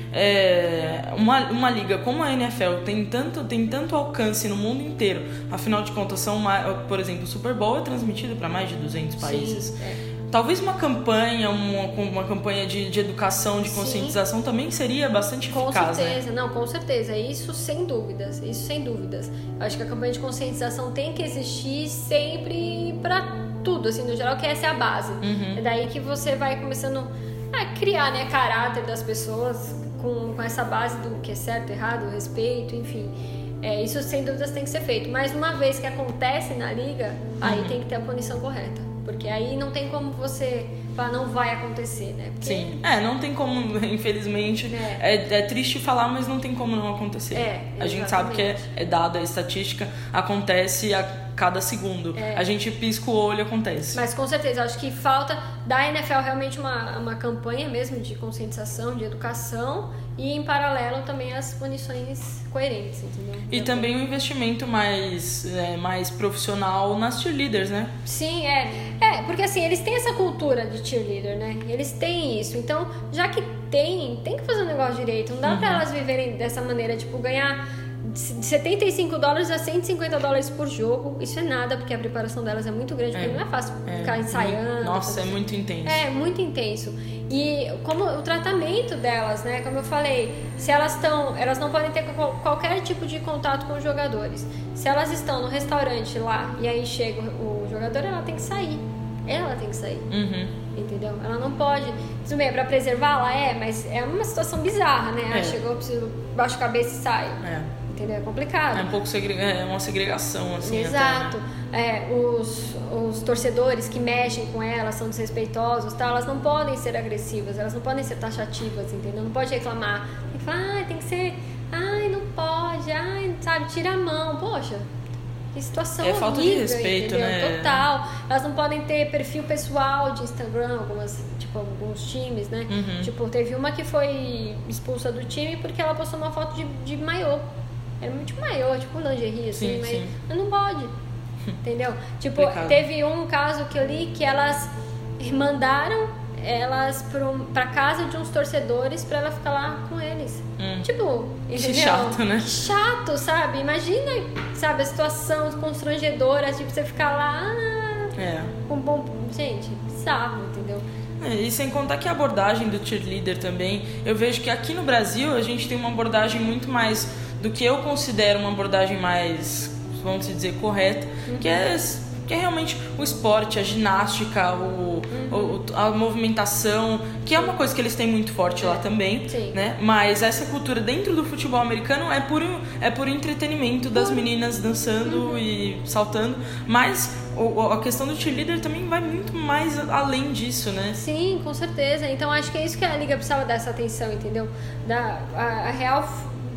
é, uma, uma liga como a N F L tem tanto, tem tanto alcance no mundo inteiro, afinal de contas, são uma, por exemplo, o Super Bowl é transmitido para mais de duzentos países. Sim, é. Talvez uma campanha, uma, uma campanha de, de educação, de conscientização Sim. também seria bastante com eficaz, certeza, né? Não, com certeza, isso sem dúvidas, isso sem dúvidas. Eu acho que a campanha de conscientização tem que existir sempre pra tudo, assim, no geral, que essa é a base. Uhum. É daí que você vai começando a criar, né, caráter das pessoas com, com essa base do que é certo, errado, respeito, enfim. É, isso sem dúvidas tem que ser feito, mas uma vez que acontece na liga, uhum. aí tem que ter a punição correta. Porque aí não tem como você falar, não vai acontecer, né? Porque... Sim, é, não tem como, infelizmente. É. É, é triste falar, mas não tem como não acontecer. É, a gente sabe que é, é dado, a estatística acontece a cada segundo. É. A gente pisca o olho e acontece. Mas com certeza, acho que falta da N F L realmente uma, uma campanha mesmo de conscientização, de educação e em paralelo também as punições coerentes, entendeu? E da também um investimento mais, é, mais profissional nas cheerleaders, né? Sim, é. É, porque assim, eles têm essa cultura de cheerleader, né? Eles têm isso. Então, já que tem, tem que fazer o negócio direito. Não dá uhum. pra elas viverem dessa maneira, tipo, ganhar de setenta e cinco dólares a cento e cinquenta dólares por jogo. Isso é nada, porque a preparação delas é muito grande, porque é, não é fácil é, ficar ensaiando. Nossa, é muito intenso. É, muito intenso. E como o tratamento delas, né? Como eu falei, se elas estão, elas não podem ter qualquer tipo de contato com os jogadores. Se elas estão no restaurante lá e aí chega o jogador, ela tem que sair. Ela tem que sair. Uhum. Entendeu? Ela não pode. Tudo bem, é pra preservá-la, é, mas é uma situação bizarra, né? Ela é. chegou, eu preciso baixo a cabeça e saio. É. Entendeu? É complicado. É um pouco segrega... é uma segregação, assim. Exato. Até, né? É, os, os torcedores que mexem com elas são desrespeitosos, tá? Elas não podem ser agressivas, elas não podem ser taxativas, entendeu? Não pode reclamar. Tem que falar, ah, tem que ser. Ai, não pode, ai, sabe, tira a mão. Poxa, que situação é horrível, falta de respeito, entendeu? né? Total. Elas não podem ter perfil pessoal de Instagram, algumas, tipo, alguns times, né? Uhum. Tipo, teve uma que foi expulsa do time porque ela postou uma foto de, de maiô. Era muito maiô, tipo lingerie, assim, sim, mas, sim. mas não pode, entendeu? Tipo, Complicado. Teve um caso que eu li que elas mandaram elas pra, um, pra casa de uns torcedores pra ela ficar lá com eles. Hum. Tipo, entendeu? Que chato, né? Chato, sabe? Imagina, sabe, a situação constrangedora, tipo, você ficar lá... É. Com bom... Gente, bizarro, entendeu? E sem contar que a abordagem do cheerleader também, eu vejo que aqui no Brasil a gente tem uma abordagem muito mais do que eu considero uma abordagem mais, vamos dizer, correta, uhum. que, é, que é realmente o esporte, a ginástica, o, uhum. o, a movimentação, que é uma coisa que eles têm muito forte é. lá também, Sim. né? Mas essa cultura dentro do futebol americano é puro, é puro entretenimento das uhum. meninas dançando uhum. e saltando, mas a questão do cheerleader também vai muito mais além disso, né? Sim, com certeza. Então acho que é isso que a Liga precisava dar essa atenção, entendeu? Da, a, a real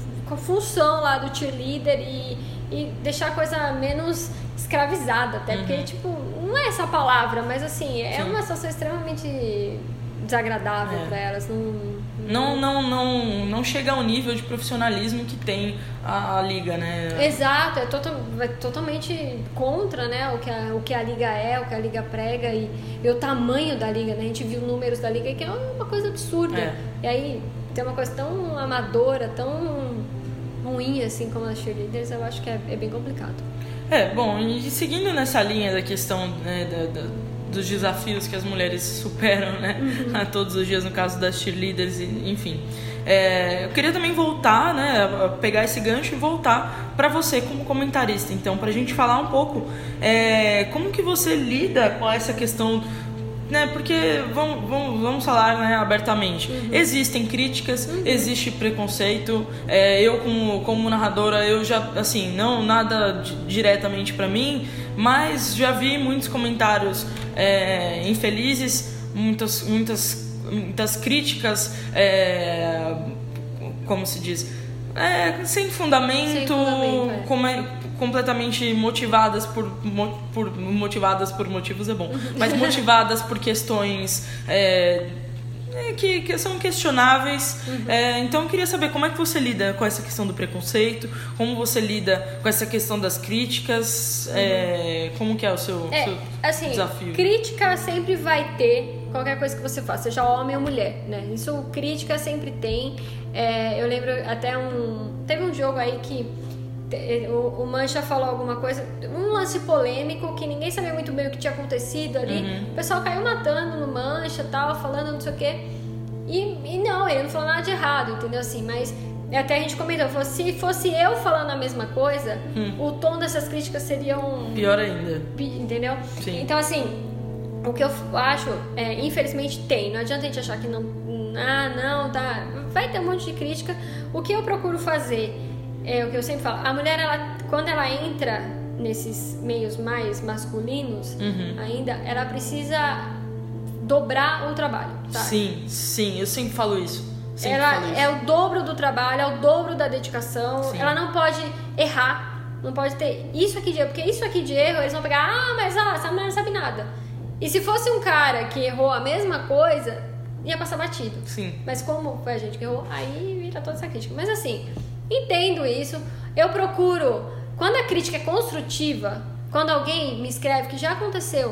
função lá do cheerleader e, e deixar a coisa menos escravizada, até uhum. porque, tipo, não é essa a palavra, mas assim, é Sim. uma situação extremamente desagradável é. para elas. Não, não, não, não, não chega ao nível de profissionalismo que tem a, a Liga, né? Exato, é, total, é totalmente contra, né, o que, a, o que a Liga é, o que a Liga prega e, e o tamanho da Liga, né? A gente viu números da Liga que é uma coisa absurda. É. E aí tem uma coisa tão amadora, tão ruim assim como as cheerleaders, eu acho que é, é bem complicado. É, bom, e seguindo nessa linha da questão, né, da, da, dos desafios que as mulheres superam, né, uhum. todos os dias, no caso das cheerleaders, enfim. É, eu queria também voltar, né, pegar esse gancho e voltar para você como comentarista, então, para a gente falar um pouco é, como que você lida com essa questão, né, porque vamos, vamos, vamos falar, né, abertamente. Uhum. Existem críticas, uhum. existe preconceito. É, eu como, como narradora, eu já, assim, não nada d- diretamente pra mim, mas já vi muitos comentários é, infelizes, muitas, muitas, muitas críticas, é, como se diz, é, sem fundamento, sem fundamento é. como, completamente motivadas por, por motivadas por motivos é bom, mas motivadas por questões é, que, que são questionáveis. Uhum. É, então eu queria saber como é que você lida com essa questão do preconceito, como você lida com essa questão das críticas, uhum. é, como que é o seu, é, seu assim, desafio? Crítica sempre vai ter, qualquer coisa que você faça, seja homem ou mulher, né? Isso, crítica sempre tem. É, eu lembro até um... Teve um jogo aí que o, o Mancha falou alguma coisa, um lance polêmico que ninguém sabia muito bem o que tinha acontecido ali. Uhum. O pessoal caiu matando no Mancha, tal, falando não sei o quê. E, e não, ele não falou nada de errado, entendeu? Assim, mas até a gente comentou, falou, se fosse eu falando a mesma coisa, hum. o tom dessas críticas seria um... pior ainda. Entendeu? Sim. Então, assim, o que eu acho, é, infelizmente tem. Não adianta a gente achar que não... Ah, não, tá... Vai ter um monte de crítica. O que eu procuro fazer... É o que eu sempre falo, a mulher, ela, quando ela entra nesses meios mais masculinos, uhum. ainda, ela precisa dobrar o trabalho, tá? Sim, sim, eu sempre falo isso. Sempre ela falo isso. É o dobro do trabalho, é o dobro da dedicação, sim. ela não pode errar, não pode ter isso aqui de erro, porque isso aqui de erro, eles vão pegar, ah, mas ah, essa mulher não sabe nada. E se fosse um cara que errou a mesma coisa, ia passar batido. Sim. Mas como foi a gente que errou, aí vira toda essa crítica. Mas assim... Entendo isso, eu procuro, quando a crítica é construtiva, quando alguém me escreve, que já aconteceu,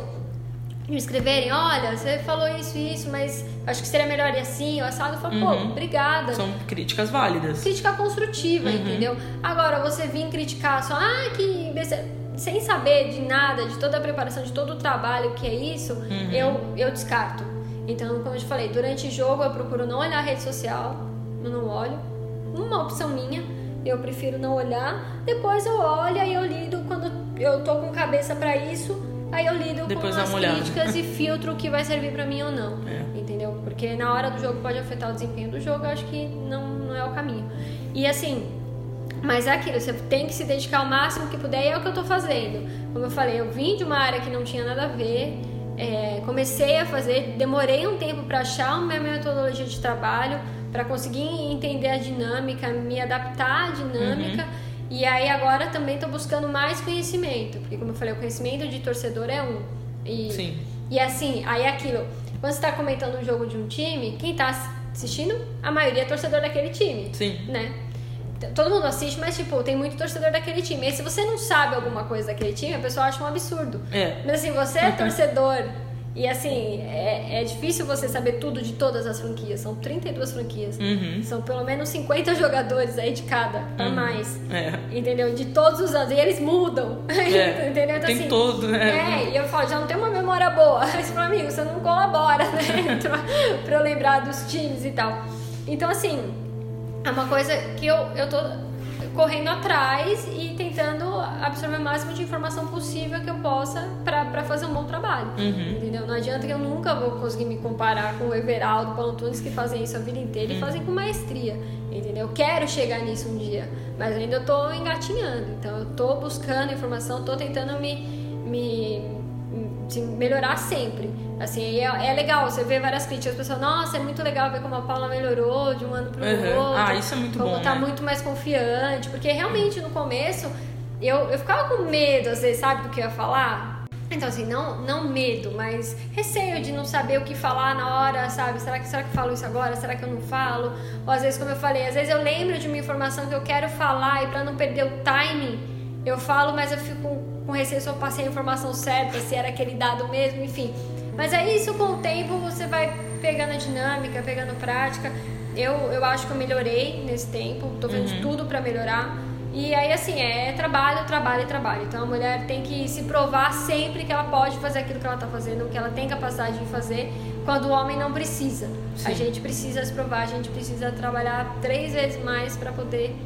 me escreverem, olha, você falou isso e isso, mas acho que seria melhor ir assim, ou assado, eu falo, uhum. pô, obrigada. São críticas válidas. Crítica construtiva, uhum. entendeu? Agora, você vir criticar só, ah, que sem saber de nada, de toda a preparação, de todo o trabalho que é isso, uhum. eu, eu descarto. Então, como eu te falei, durante o jogo eu procuro não olhar a rede social, eu não olho. Uma opção minha, eu prefiro não olhar. Depois eu olho e eu lido quando eu tô com cabeça pra isso. Aí eu lido Depois com as olhada. críticas e filtro o que vai servir pra mim ou não. É. Entendeu? Porque na hora do jogo pode afetar o desempenho do jogo. Eu acho que não, não é o caminho. E assim, mas é aquilo, você tem que se dedicar ao máximo que puder. E é o que eu tô fazendo. Como eu falei, eu vim de uma área que não tinha nada a ver. É, comecei a fazer, demorei um tempo pra achar uma metodologia de trabalho, para conseguir entender a dinâmica, me adaptar à dinâmica. Uhum. E aí agora também estou buscando mais conhecimento, porque como eu falei, o conhecimento de torcedor é um. E, Sim. E assim, aí é aquilo, quando você está comentando um jogo de um time, quem está assistindo, a maioria é torcedor daquele time. Sim. Né? Todo mundo assiste, mas tipo, tem muito torcedor daquele time. E se você não sabe alguma coisa daquele time, a pessoa acha um absurdo. É. Mas assim, você é torcedor. E assim, é, é difícil você saber tudo de todas as franquias. São trinta e duas franquias. Uhum. São pelo menos cinquenta jogadores aí de cada, pra uhum. mais. É. Entendeu? De todos os anos. E eles mudam. É. Entendeu? Então, tem assim, todo, né? É, e eu falo, já não tem uma memória boa. Mas, meu amigo, você não colabora, né? Pra eu lembrar dos times e tal. Então, assim, é uma coisa que eu, eu tô correndo atrás e tentando absorver o máximo de informação possível que eu possa pra, pra fazer um bom trabalho. Uhum. Entendeu? Não adianta que eu nunca vou conseguir me comparar com o Everaldo, o Paulo Tunes, que fazem isso a vida inteira uhum. e fazem com maestria. Entendeu? Eu quero chegar nisso um dia, mas ainda eu tô engatinhando. Então eu tô buscando informação, tô tentando me, me, me melhorar sempre. Assim, é, é legal, você vê várias críticas, as pessoas, nossa, é muito legal ver como a Paula melhorou de um ano pro uhum. outro. Ah, isso é muito como bom, tá né? muito mais confiante, porque realmente no começo eu, eu ficava com medo, às vezes, sabe, do que eu ia falar? Então, assim, não, não medo, mas receio de não saber o que falar na hora, sabe? Será que, será que eu falo isso agora? Será que eu não falo? Ou às vezes, como eu falei, às vezes eu lembro de uma informação que eu quero falar e pra não perder o timing, eu falo, mas eu fico com, com receio se eu passei a informação certa, se era aquele dado mesmo, enfim. Mas aí, isso com o tempo, você vai pegando a dinâmica, pegando prática. Eu, eu acho que eu melhorei nesse tempo, tô fazendo uhum. tudo pra melhorar. E aí, assim, é trabalho, trabalho e trabalho. Então, a mulher tem que se provar sempre que ela pode fazer aquilo que ela tá fazendo, que ela tem capacidade de fazer, quando o homem não precisa. Sim. A gente precisa se provar, a gente precisa trabalhar três vezes mais para poder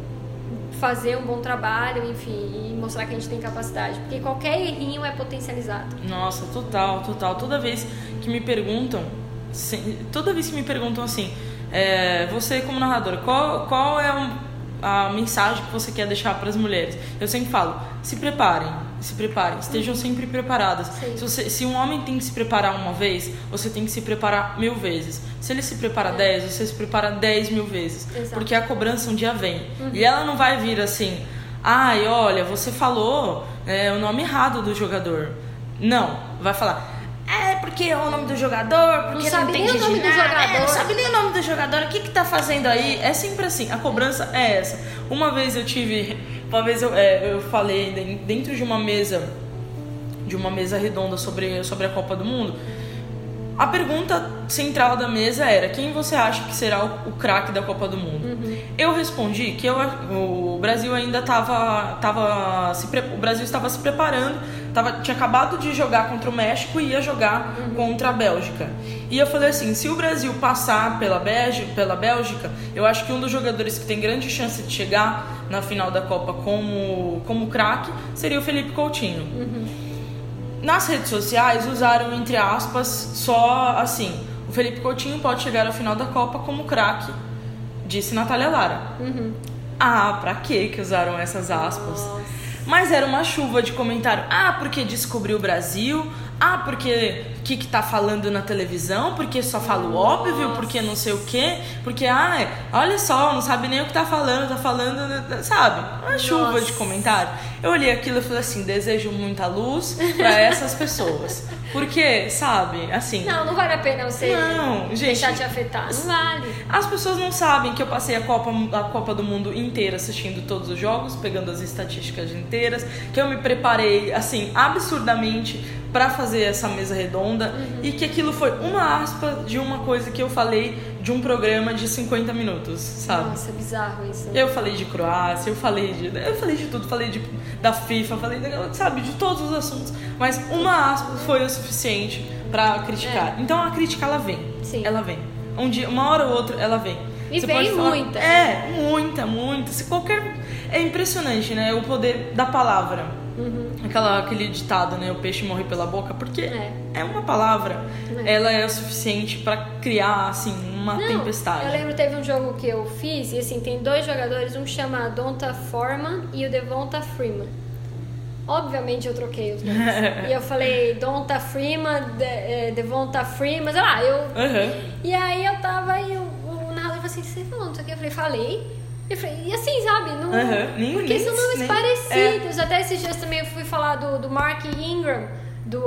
fazer um bom trabalho, enfim, e mostrar que a gente tem capacidade. Porque qualquer errinho é potencializado. Nossa, total, total. Toda vez que me perguntam, toda vez que me perguntam assim, é, você como narradora, qual, qual é um... a mensagem que você quer deixar para as mulheres? Eu sempre falo, se preparem, se preparem, estejam sempre preparadas. Se, você, se um homem tem que se preparar uma vez, você tem que se preparar mil vezes. Se ele se prepara é. dez, você se prepara dez mil vezes. Exato. Porque a cobrança um dia vem. Uhum. E ela não vai vir assim, ai, olha, você falou é, o nome errado do jogador. Não, vai falar, é porque é o nome do jogador, porque não, não sabe nem o nome do jogador. É, não sabe nem o nome do jogador, o que que tá fazendo aí? É sempre assim, a cobrança é essa. Uma vez eu tive, uma vez eu, é, eu falei dentro de uma mesa, de uma mesa redonda sobre, sobre a Copa do Mundo, a pergunta central da mesa era, quem você acha que será o, o craque da Copa do Mundo? Uhum. Eu respondi que eu, o Brasil ainda estava, tava, se, o Brasil estava se preparando, tava, tinha acabado de jogar contra o México e ia jogar uhum. contra a Bélgica. E eu falei assim, se o Brasil passar pela Bélgica, pela Bélgica, eu acho que um dos jogadores que tem grande chance de chegar na final da Copa como, como craque seria o Felipe Coutinho. Uhum. Nas redes sociais usaram, entre aspas, só assim, o Felipe Coutinho pode chegar ao final da Copa como craque, disse Natália Lara. Uhum. Ah, pra que que usaram essas aspas? Nossa. Mas era uma chuva de comentário. Ah, porque descobriu o Brasil. Ah, porque o que que tá falando na televisão? Porque só fala o óbvio, porque não sei o quê. Porque, ah, olha só, não sabe nem o que tá falando, tá falando, sabe? Uma chuva Nossa. de comentário. Eu olhei aquilo e falei assim, desejo muita luz pra essas pessoas. Porque, sabe, assim... Não, não vale a pena você não, gente, deixar te afetar, não vale. As pessoas não sabem que eu passei a Copa, a Copa do Mundo inteira assistindo todos os jogos, pegando as estatísticas inteiras, que eu me preparei, assim, absurdamente pra fazer essa mesa redonda, uhum. e que aquilo foi uma aspa de uma coisa que eu falei de um programa de cinquenta minutos, sabe? Nossa, é bizarro isso. Eu falei de Croácia, eu falei de, eu falei de tudo, falei de, da FIFA, falei, de, sabe, de todos os assuntos, mas uma aspa foi o suficiente pra criticar. É. Então a crítica, ela vem, Sim. ela vem. Um dia, uma hora ou outra, ela vem. E Você vem pode falar, muita. É, muita, muita. Se qualquer... É impressionante, né? O poder da palavra. Uhum. Aquela, aquele ditado, né? O peixe morre pela boca. Porque é, é uma palavra. É. Ela é o suficiente pra criar, assim, uma Não, tempestade. Eu lembro, teve um jogo que eu fiz e, assim, tem dois jogadores. Um chama Donta Foreman e o Devonta Freeman. Obviamente eu troquei os nomes. E eu falei Donta Freeman, de, Devonta Freeman, sei lá, eu... Uhum. E aí eu tava e o, o narrador falou assim, você falou isso aqui? Eu falei, falei. Eu falei, e assim, sabe? Não, uhum. nem, porque nem, são nomes nem, parecidos. É. Até esses dias também eu fui falar do, do Mark Ingram, do,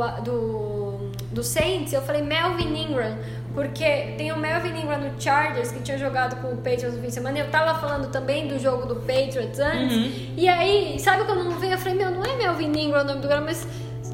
do, do Saints. Eu falei Melvin Ingram, porque tem o Melvin Ingram no Chargers, que tinha jogado com o Patriots no fim de semana. Eu tava falando também do jogo do Patriots antes. Uhum. E aí, sabe quando não veio? Eu falei, meu, não é Melvin Ingram o nome do cara, mas...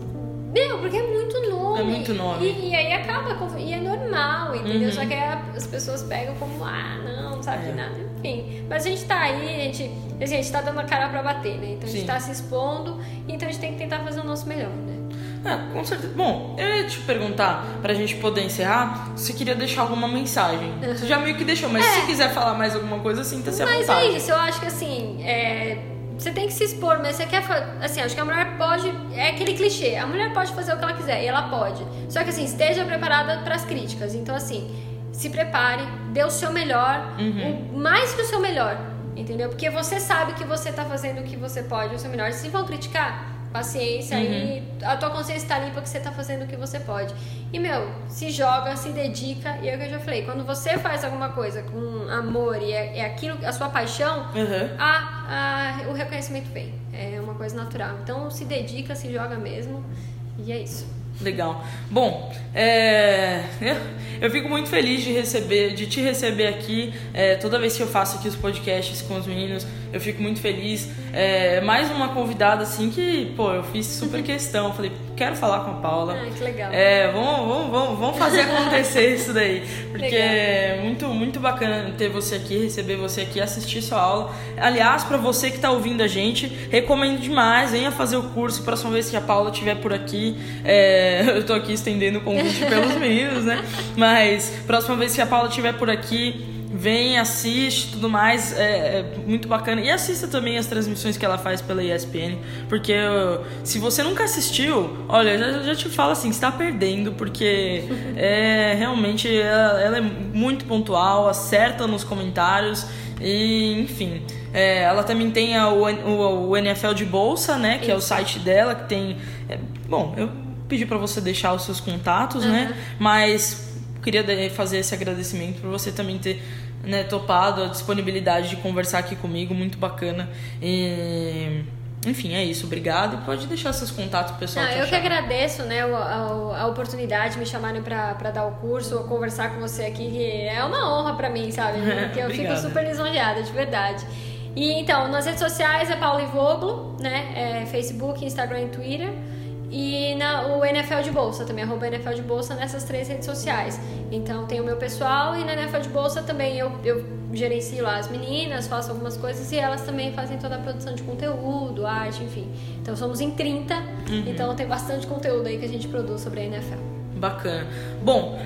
Meu, porque é muito nome. É muito nome. E, e aí acaba, e é normal, entendeu? Uhum. Só que aí as pessoas pegam como, ah, não, não sabe de é. nada, enfim. Mas a gente tá aí, a gente, a gente tá dando a cara pra bater, né? Então a gente Sim. tá se expondo, então a gente tem que tentar fazer o nosso melhor, né? É, com certeza. Bom, eu ia te perguntar, pra gente poder encerrar, se queria deixar alguma mensagem. Uhum. Você já meio que deixou, mas é. se quiser falar mais alguma coisa, sinta-se à vontade. Mas é isso, eu acho que assim, é... você tem que se expor, mas você quer fazer... Assim, acho que a mulher pode... É aquele clichê. A mulher pode fazer o que ela quiser, e ela pode. Só que, assim, esteja preparada para as críticas. Então, assim, se prepare, dê o seu melhor, uhum. o, mais que o seu melhor, entendeu? Porque você sabe que você tá fazendo o que você pode, o seu melhor. Se vão criticar, paciência, uhum. e a tua consciência tá limpa que você tá fazendo o que você pode. E, meu, se joga, se dedica, e é o que eu já falei, quando você faz alguma coisa com amor e é, é aquilo, a sua paixão, uhum. a, a, o reconhecimento vem, é uma coisa natural. Então, se dedica, se joga mesmo, E é isso. Legal. Bom, é... eu fico muito feliz de receber, de te receber aqui. É, toda vez que eu faço aqui os podcasts com os meninos, eu fico muito feliz. É, mais uma convidada assim que, pô, eu fiz super questão. Falei, quero falar com a Paula. Ah, que legal. É, vamos, vamos, vamos, vamos fazer acontecer isso daí. Porque legal. É muito, muito bacana ter você aqui, receber você aqui, assistir sua aula. Aliás, para você que está ouvindo a gente, recomendo demais, venha fazer o curso. Próxima vez que a Paula estiver por aqui, é, eu tô aqui estendendo o convite pelos meninos, né? Mas próxima vez que a Paula estiver por aqui, vem, assiste, tudo mais, é, é muito bacana. E assista também as transmissões que ela faz pela E S P N, porque uh, se você nunca assistiu, olha, já, já te falo assim, você tá perdendo, porque é, realmente ela, ela é muito pontual, acerta nos comentários e, enfim... É, ela também tem a, o, o, o N F L de Bolsa, né, que Isso. é o site dela, que tem... É, bom, eu pedi pra você deixar os seus contatos, uhum. né, mas... Queria fazer esse agradecimento por você também ter, né, topado a disponibilidade de conversar aqui comigo, muito bacana. E, enfim, é isso, obrigado. Pode deixar seus contatos pro pessoal. Não, eu achar. que agradeço, né, a, a oportunidade de me chamarem para dar o curso, ou conversar com você aqui, que é uma honra para mim, sabe? Porque eu fico super lisonjeada, de verdade. E então, nas redes sociais é Paula Ivoglu, né, é Facebook, Instagram e Twitter. E na, o N F L de Bolsa também, arroba N F L de Bolsa nessas três redes sociais. Então tem o meu pessoal e na N F L de Bolsa também eu, eu gerencio lá as meninas, faço algumas coisas e elas também fazem toda a produção de conteúdo, arte, enfim. Então somos em trinta, uhum. então tem bastante conteúdo aí que a gente produz sobre a N F L. Bacana. Bom,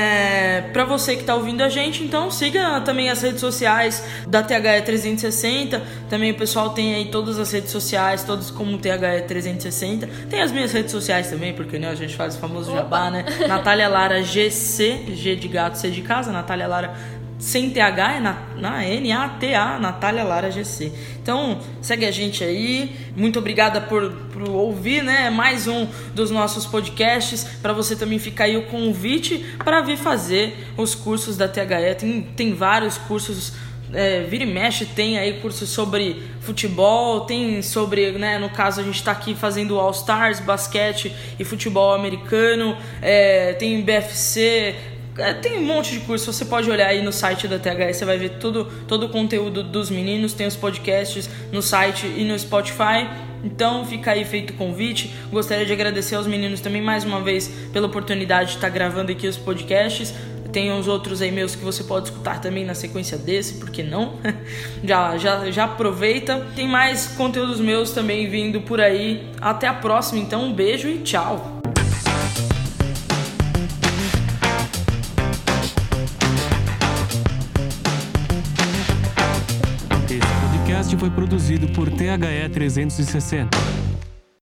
é, para você que está ouvindo a gente, então siga também as redes sociais da T H E trezentos e sessenta. Também o pessoal tem aí todas as redes sociais, todos como T H E trezentos e sessenta. Tem as minhas redes sociais também, porque né, a gente faz o famoso Opa. jabá, né? Natália Lara G C, G de gato, C de casa, Natália Lara sem T H, é na, na N A T A, Natália Lara G C. Então, segue a gente aí. Muito obrigada por, por ouvir, né? Mais um dos nossos podcasts. Para você também ficar aí o convite para vir fazer os cursos da T H E. Tem, tem vários cursos. É, vira e mexe, tem aí cursos sobre futebol, tem sobre, né, no caso a gente está aqui fazendo All Stars, basquete e futebol americano, é, tem B F C, é, tem um monte de curso. Você pode olhar aí no site da T H E, você vai ver tudo, todo o conteúdo dos meninos, tem os podcasts no site e no Spotify. Então fica aí feito o convite. Gostaria de agradecer aos meninos também mais uma vez pela oportunidade de estar gravando aqui os podcasts. Tem uns outros aí meus que você pode escutar também na sequência desse, por que não? já, já, já aproveita. Tem mais conteúdos meus também vindo por aí. Até a próxima, então um beijo e tchau! Esse podcast foi produzido por T H E trezentos e sessenta.